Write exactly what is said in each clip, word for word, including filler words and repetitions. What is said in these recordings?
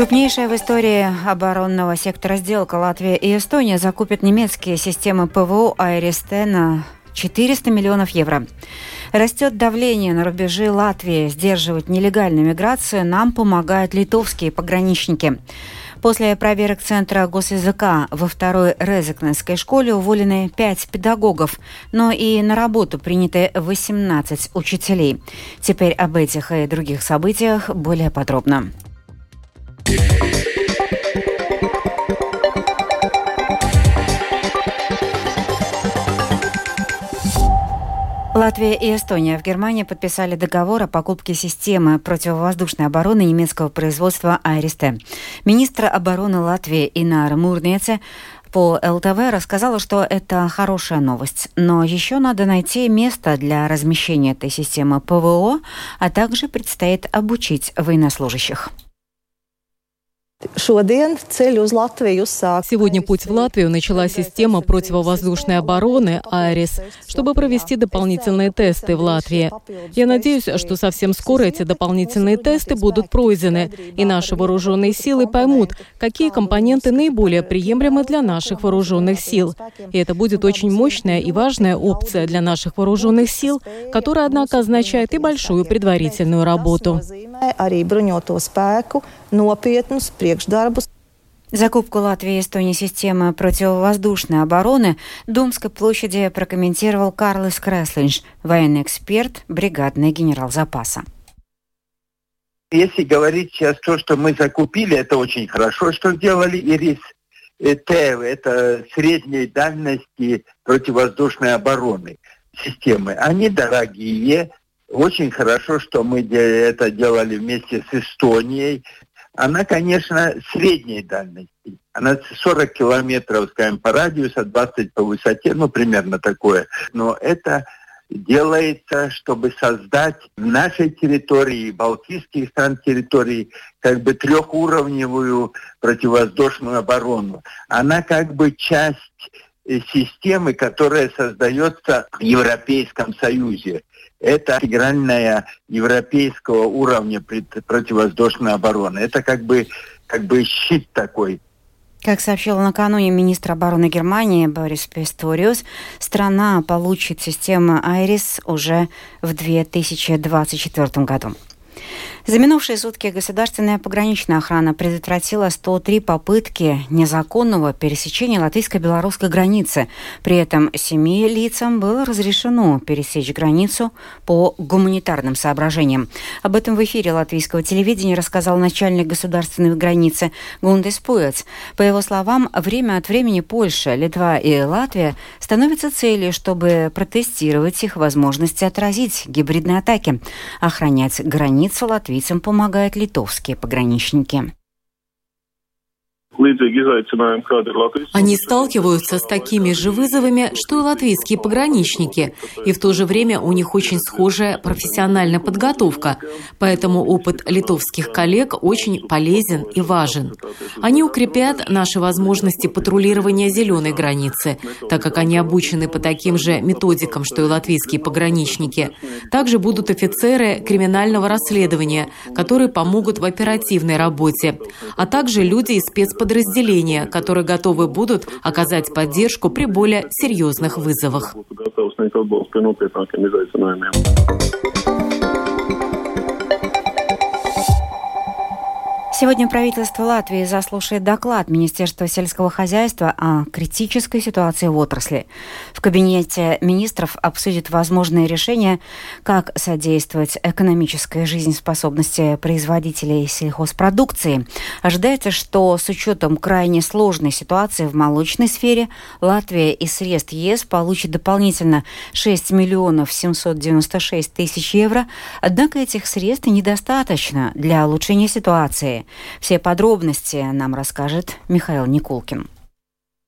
Крупнейшая в истории оборонного сектора сделка Латвия и Эстония закупят немецкие системы ПВО «Айрис-Т» на четыреста миллионов евро. Растет давление на рубежи Латвии. Сдерживать нелегальную миграцию нам помогают литовские пограничники. После проверок Центра госязыка во второй Резекненской школе уволены пять педагогов, но и на работу приняты восемнадцать учителей. Теперь об этих и других событиях более подробно. Латвия и Эстония в Германии подписали договор о покупке системы противовоздушной обороны немецкого производства «Айрис-Т». Министр обороны Латвии Инара Мурниece по эл тэ вэ рассказала, что это хорошая новость. Но еще надо найти место для размещения этой системы ПВО, а также предстоит обучить военнослужащих. Сегодня путь в Латвию начала система противовоздушной обороны «Айрис», чтобы провести дополнительные тесты в Латвии. Я надеюсь, что совсем скоро эти дополнительные тесты будут пройдены, и наши вооруженные силы поймут, какие компоненты наиболее приемлемы для наших вооруженных сил. И это будет очень мощная и важная опция для наших вооруженных сил, которая, однако, означает и большую предварительную работу. Закупку Латвии и Эстонии системы противовоздушной обороны в Думской площади прокомментировал Карлис Креслинш, военный эксперт, бригадный генерал запаса. Если говорить сейчас то, что мы закупили, это очень хорошо, что сделали. «Айрис-Т» — это средней дальности противовоздушной обороны системы. Они дорогие. Очень хорошо, что мы это делали вместе с Эстонией. Она, конечно, средней дальности. Она сорок километров, скажем, по радиусу, двадцать по высоте, ну, примерно такое. Но это делается, чтобы создать в нашей территории, балтийских стран территории, как бы трехуровневую противовоздушную оборону. Она как бы часть системы, которая создается в Европейском Союзе. Это интегральная европейского уровня противовоздушной обороны. Это как бы, как бы щит такой. Как сообщил накануне министр обороны Германии Борис Писториус, страна получит систему «Айрис» уже в две тысячи двадцать четвёртом году. За минувшие сутки государственная пограничная охрана предотвратила сто три попытки незаконного пересечения латвийско-белорусской границы. При этом семи лицам было разрешено пересечь границу по гуманитарным соображениям. Об этом в эфире латвийского телевидения рассказал начальник государственной границы Гундис Пуец. По его словам, время от времени Польша, Литва и Латвия становятся целью, чтобы протестировать их возможности отразить гибридные атаки. Охранять границу латвийцам помогают литовские пограничники. Они сталкиваются с такими же вызовами, что и латвийские пограничники, и в то же время у них очень схожая профессиональная подготовка, поэтому опыт литовских коллег очень полезен и важен. Они укрепят наши возможности патрулирования зеленой границы, так как они обучены по таким же методикам, что и латвийские пограничники. Также будут офицеры криминального расследования, которые помогут в оперативной работе, а также люди из спецподразделений, подразделения, которые готовы будут оказать поддержку при более серьезных вызовах. Сегодня правительство Латвии заслушает доклад Министерства сельского хозяйства о критической ситуации в отрасли. В кабинете министров обсудят возможные решения, как содействовать экономической жизнеспособности производителей сельхозпродукции. Ожидается, что с учетом крайне сложной ситуации в молочной сфере Латвия из средств ЕС получит дополнительно шесть миллионов семьсот девяносто шесть тысяч евро. Однако этих средств недостаточно для улучшения ситуации. Все подробности нам расскажет Михаил Никулкин.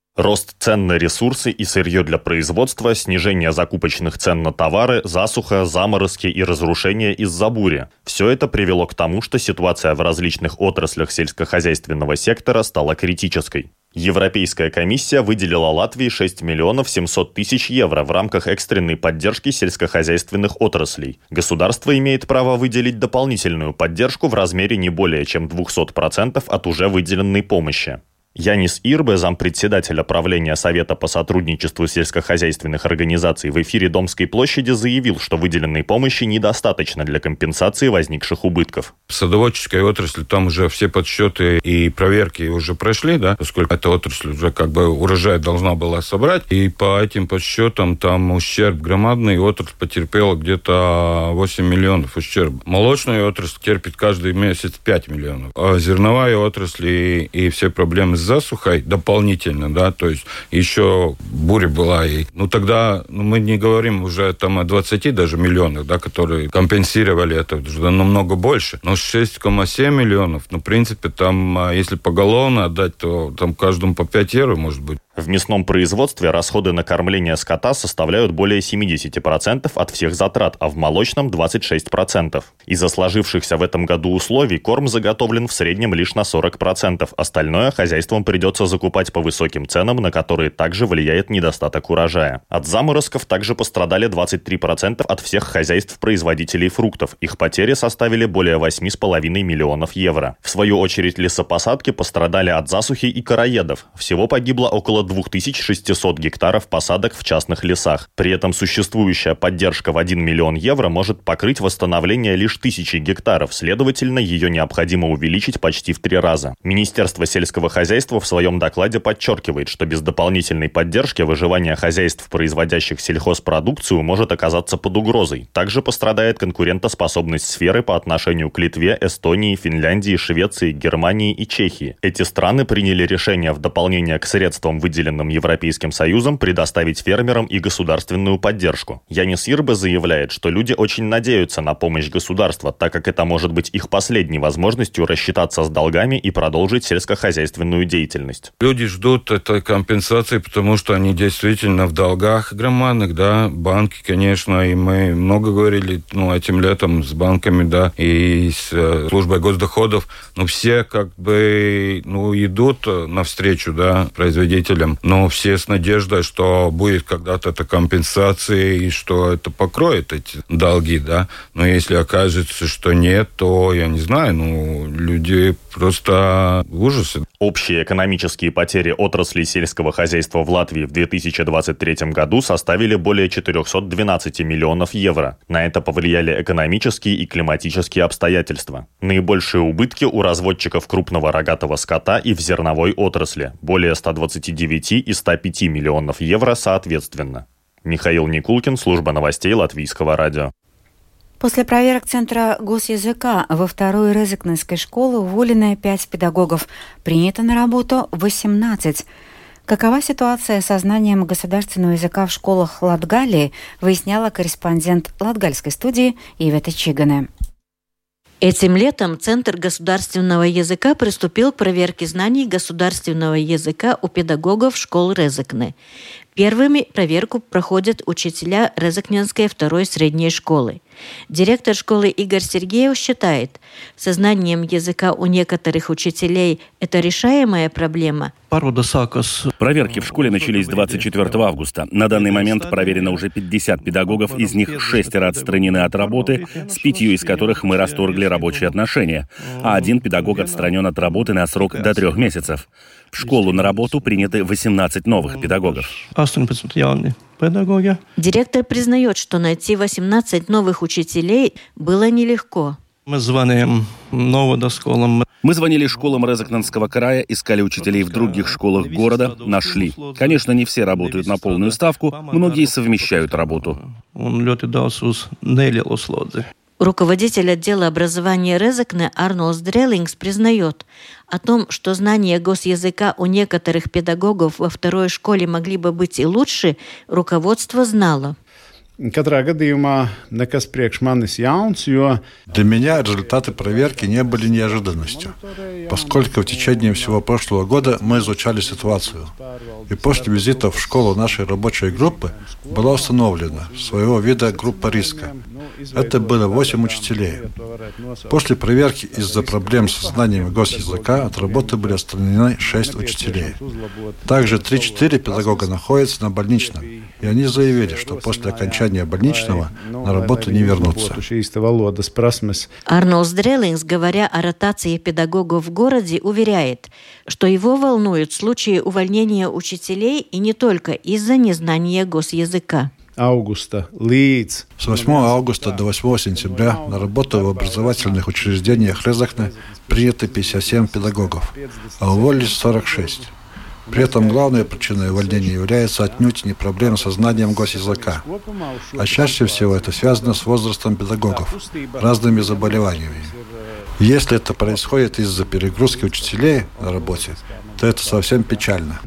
Рост цен на ресурсы и сырье для производства, снижение закупочных цен на товары, засуха, заморозки и разрушения из-за бури. Все это привело к тому, что ситуация в различных отраслях сельскохозяйственного сектора стала критической. Европейская комиссия выделила Латвии шесть миллионов семьсот тысяч евро в рамках экстренной поддержки сельскохозяйственных отраслей. Государство имеет право выделить дополнительную поддержку в размере не более чем двести процентов от уже выделенной помощи. Янис Ирбе, зампредседателя правления Совета по сотрудничеству сельскохозяйственных организаций, в эфире Домской площади заявил, что выделенной помощи недостаточно для компенсации возникших убытков. В садоводческой отрасли там уже все подсчеты и проверки уже прошли, да, поскольку эта отрасль уже как бы урожай должна была собрать. И по этим подсчетам там ущерб громадный, отрасль потерпела где-то восемь миллионов ущерба. Молочная отрасль терпит каждый месяц пять миллионов. А зерновая отрасль и, и все проблемы с засухой дополнительно, да, то есть еще буря была. И, ну, тогда ну, мы не говорим уже там о двадцати даже миллионах, да, которые компенсировали это, уже намного больше. Но шесть целых семь миллионов, ну, в принципе, там, если поголовно отдать, то там каждому по пять евро, может быть. В мясном производстве расходы на кормление скота составляют более семьдесят процентов от всех затрат, а в молочном – двадцать шесть процентов. Из-за сложившихся в этом году условий корм заготовлен в среднем лишь на сорок процентов. Остальное хозяйствам придется закупать по высоким ценам, на которые также влияет недостаток урожая. От заморозков также пострадали двадцать три процента от всех хозяйств-производителей фруктов. Их потери составили более восемь целых пять десятых миллионов евро. В свою очередь лесопосадки пострадали от засухи и короедов. Всего погибло около две тысячи шестьсот гектаров посадок в частных лесах. При этом существующая поддержка в один миллион евро может покрыть восстановление лишь тысячи гектаров, следовательно, ее необходимо увеличить почти в три раза. Министерство сельского хозяйства в своем докладе подчеркивает, что без дополнительной поддержки выживание хозяйств, производящих сельхозпродукцию, может оказаться под угрозой. Также пострадает конкурентоспособность сферы по отношению к Литве, Эстонии, Финляндии, Швеции, Германии и Чехии. Эти страны приняли решение в дополнение к средствам, выделенным Европейским Союзом, предоставить фермерам и государственную поддержку. Янис Ирбе заявляет, что люди очень надеются на помощь государства, так как это может быть их последней возможностью рассчитаться с долгами и продолжить сельскохозяйственную деятельность. Люди ждут этой компенсации, потому что они действительно в долгах громадных, да, банки, конечно, и мы много говорили, ну, этим летом с банками, да, и с э, службой госдоходов, но все как бы, ну, идут навстречу, да, производителям, но все с надеждой, что будет когда-то эта компенсация и что это покроет эти долги, да. Но если окажется, что нет, то, я не знаю, ну, люди просто в ужасе. Общие экономические потери отрасли сельского хозяйства в Латвии в две тысячи двадцать третьем году составили более четыреста двенадцать миллионов евро. На это повлияли экономические и климатические обстоятельства. Наибольшие убытки у разводчиков крупного рогатого скота и в зерновой отрасли – более ста двадцати девяти и ста пяти миллионов евро соответственно. Михаил Никулкин, служба новостей Латвийского радио. После проверок Центра госязыка во второй Резекненской школы уволены пять педагогов, принято на работу восемнадцать. Какова ситуация со знанием государственного языка в школах Латгалии, выясняла корреспондент Латгальской студии Ивета Чигане. Этим летом Центр государственного языка приступил к проверке знаний государственного языка у педагогов школ Резекне. Первыми проверку проходят учителя Резекненской второй средней школы. Директор школы Игорь Сергеев считает, со знанием языка у некоторых учителей это решаемая проблема. Проверки в школе начались двадцать четвёртого августа. На данный момент проверено уже пятьдесят педагогов, из них шестеро отстранены от работы, с пятью из которых мы расторгли рабочие отношения, а один педагог отстранен от работы на срок до трех месяцев. В школу на работу приняты восемнадцать новых педагогов. Директор признает, что найти восемнадцать новых учителей было нелегко. Мы звоним школам. Мы звонили школам Резекненского края, искали учителей в других школах города, нашли. Конечно, не все работают на полную ставку, многие совмещают работу. Руководитель отдела образования Резекне Арнолдс Дреллингс признает, о том, что знания госязыка у некоторых педагогов во второй школе могли бы быть и лучше, руководство знало. Для меня результаты проверки не были неожиданностью, поскольку в течение всего прошлого года мы изучали ситуацию. И после визита в школу нашей рабочей группы была установлена своего вида группа риска. Это было восемь учителей. После проверки из-за проблем со знанием госязыка от работы были отстранены шесть учителей. Также три-четыре педагога находятся на больничном, и они заявили, что после окончания больничного на работу не вернутся. Арнольд Дреллингс, говоря о ротации педагогов в городе, уверяет, что его волнуют случаи увольнения учителей и не только из-за незнания госязыка. С восьмого августа до восьмого сентября на работу в образовательных учреждениях Резекне приняты пятьдесят семь педагогов, а уволились сорок шесть. При этом главной причиной увольнения является отнюдь не проблема со знанием госязыка, а чаще всего это связано с возрастом педагогов, разными заболеваниями. Если это происходит из-за перегрузки учителей на работе, то это совсем печально.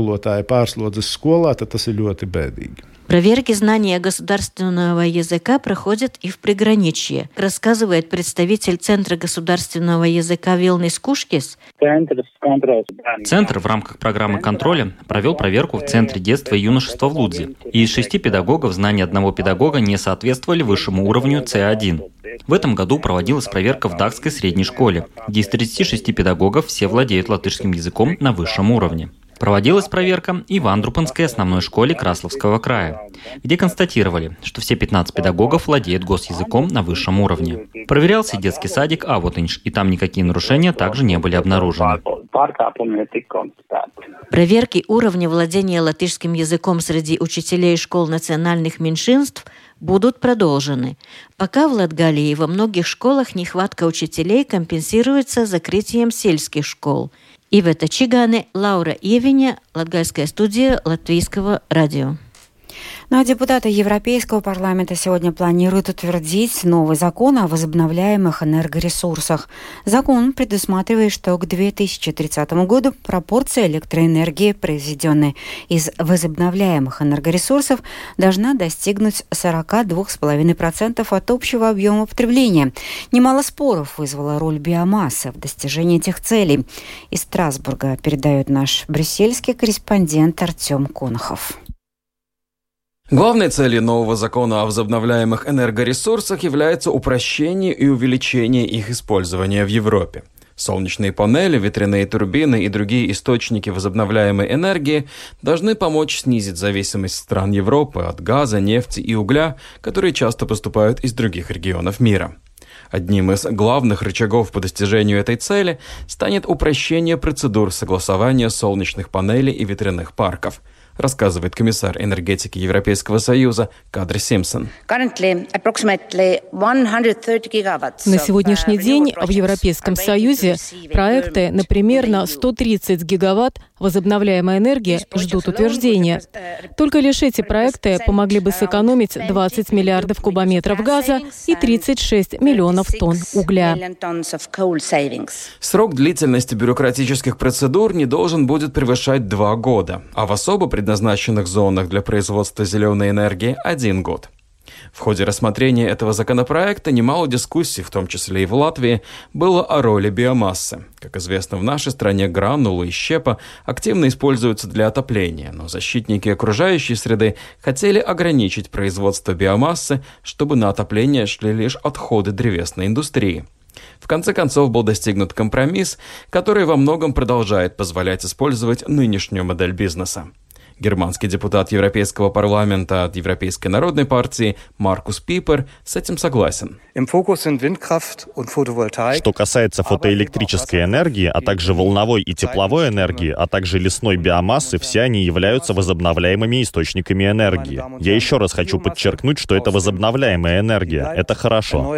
Проверки знания государственного языка проходят и в приграничье, рассказывает представитель Центра государственного языка Вилнис Кушкис. Центр в рамках программы контроля провел проверку в Центре детства и юношества в Лудзе. И из шести педагогов знания одного педагога не соответствовали высшему уровню С один. В этом году проводилась проверка в Дакской средней школе, где из тридцати шести педагогов все владеют латышским языком на высшем уровне. Проводилась проверка и в Андрупанской основной школе Красловского края, где констатировали, что все пятнадцать педагогов владеют госязыком на высшем уровне. Проверялся и детский садик Авотинш, и там никакие нарушения также не были обнаружены. Проверки уровня владения латышским языком среди учителей школ национальных меньшинств будут продолжены. Пока в Латгалии во многих школах нехватка учителей компенсируется закрытием сельских школ. Ивета Чигане, Лаура Евиня, Латгальская студия Латвийского радио. Ну а депутаты Европейского парламента сегодня планируют утвердить новый закон о возобновляемых энергоресурсах. Закон предусматривает, что к две тысячи тридцатому году пропорция электроэнергии, произведенной из возобновляемых энергоресурсов, должна достигнуть сорок два целых пять десятых процента от общего объема потребления. Немало споров вызвала роль биомассы в достижении этих целей. Из Страсбурга передает наш брюссельский корреспондент Артем Конохов. Главной целью нового закона о возобновляемых энергоресурсах является упрощение и увеличение их использования в Европе. Солнечные панели, ветряные турбины и другие источники возобновляемой энергии должны помочь снизить зависимость стран Европы от газа, нефти и угля, которые часто поступают из других регионов мира. Одним из главных рычагов по достижению этой цели станет упрощение процедур согласования солнечных панелей и ветряных парков, рассказывает комиссар энергетики Европейского Союза Кадри Симпсон. На сегодняшний день в Европейском Союзе проекты на примерно сто тридцать гигаватт возобновляемой энергии ждут утверждения. Только лишь эти проекты помогли бы сэкономить двадцать миллиардов кубометров газа и тридцать шесть миллионов тонн угля. Срок длительности бюрократических процедур не должен будет превышать два года, а в особо предназначенных зонах для производства зеленой энергии – один год. В ходе рассмотрения этого законопроекта немало дискуссий, в том числе и в Латвии, было о роли биомассы. Как известно, в нашей стране гранулы и щепа активно используются для отопления, но защитники окружающей среды хотели ограничить производство биомассы, чтобы на отопление шли лишь отходы древесной индустрии. В конце концов был достигнут компромисс, который во многом продолжает позволять использовать нынешнюю модель бизнеса. Германский депутат Европейского парламента от Европейской народной партии Маркус Пипер с этим согласен. Что касается фотоэлектрической энергии, а также волновой и тепловой энергии, а также лесной биомассы, все они являются возобновляемыми источниками энергии. Я еще раз хочу подчеркнуть, что это возобновляемая энергия. Это хорошо.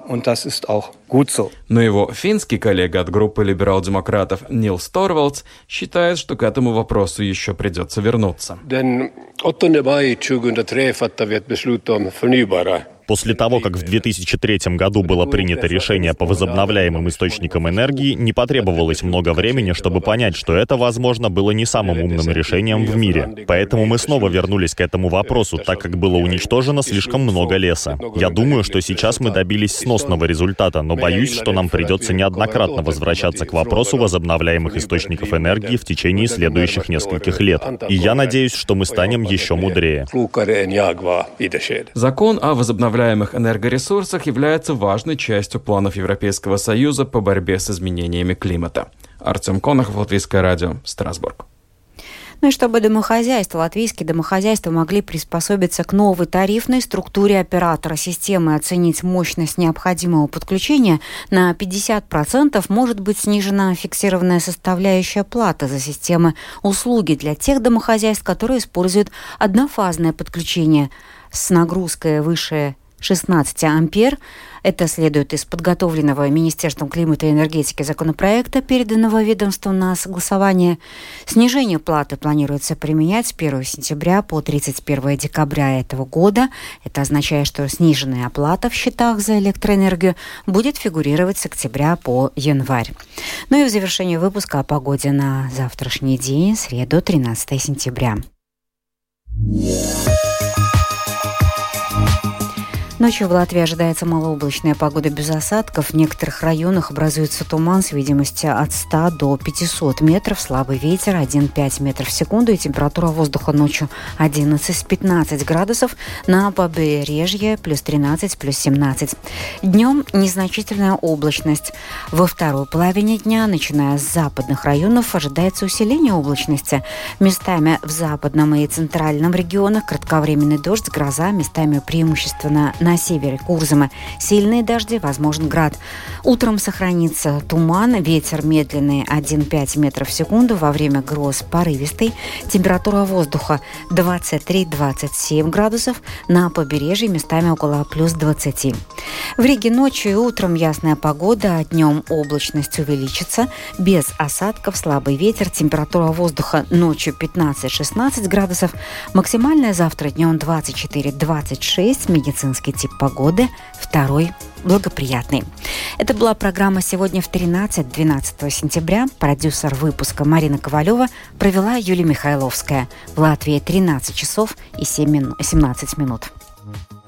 Но его финский коллега от группы либерал-демократов Нилс Торвалдс считает, что к этому вопросу еще придется вернуться. После того, как в две тысячи третьем году было принято решение по возобновляемым источникам энергии, не потребовалось много времени, чтобы понять, что это, возможно, было не самым умным решением в мире. Поэтому мы снова вернулись к этому вопросу, так как было уничтожено слишком много леса. Я думаю, что сейчас мы добились сносного результата, но боюсь, что нам придется неоднократно возвращаться к вопросу возобновляемых источников энергии в течение следующих нескольких лет. И я надеюсь, что мы станем еще мудрее. Закон о возобновляемых энергоресурсах является важной частью планов Европейского Союза по борьбе с изменениями климата. Артем Конохов, Латвийское радио, Страсбург. Ну и чтобы домохозяйства, латвийские домохозяйства могли приспособиться к новой тарифной структуре оператора системы, оценить мощность необходимого подключения, на пятьдесят процентов может быть снижена фиксированная составляющая платы за системы услуги для тех домохозяйств, которые используют однофазное подключение с нагрузкой выше шестнадцать ампер. Это следует из подготовленного Министерством климата и энергетики законопроекта, переданного ведомству на согласование. Снижение платы планируется применять с первого сентября по тридцать первого декабря этого года. Это означает, что сниженная оплата в счетах за электроэнергию будет фигурировать с октября по январь. Ну и в завершение выпуска о погоде на завтрашний день, среду, тринадцатого сентября. Ночью в Латвии ожидается малооблачная погода без осадков. В некоторых районах образуется туман с видимостью от ста до пятисот метров. Слабый ветер один целых пять метров в секунду. И температура воздуха ночью одиннадцать-пятнадцать градусов. На побережье плюс тринадцать, плюс семнадцать. Днем незначительная облачность. Во второй половине дня, начиная с западных районов, ожидается усиление облачности. Местами в западном и центральном регионах кратковременный дождь, гроза, местами преимущественно на На севере Курзама сильные дожди, возможен град. Утром сохранится туман, ветер медленный один целых пять метров в секунду, во время гроз порывистый. Температура воздуха двадцать три - двадцать семь градусов, на побережье местами около плюс двадцати. В Риге ночью и утром ясная погода, а днем облачность увеличится, без осадков, слабый ветер, температура воздуха ночью пятнадцать - шестнадцать градусов, максимальная завтра днем двадцать четыре - двадцать шесть, медицинский тип погоды второй благоприятный. Это была программа «Сегодня в тринадцать» двенадцатого сентября. Продюсер выпуска Марина Ковалева, провела Юлия Михайловская. В Латвии тринадцать часов и семнадцать минут.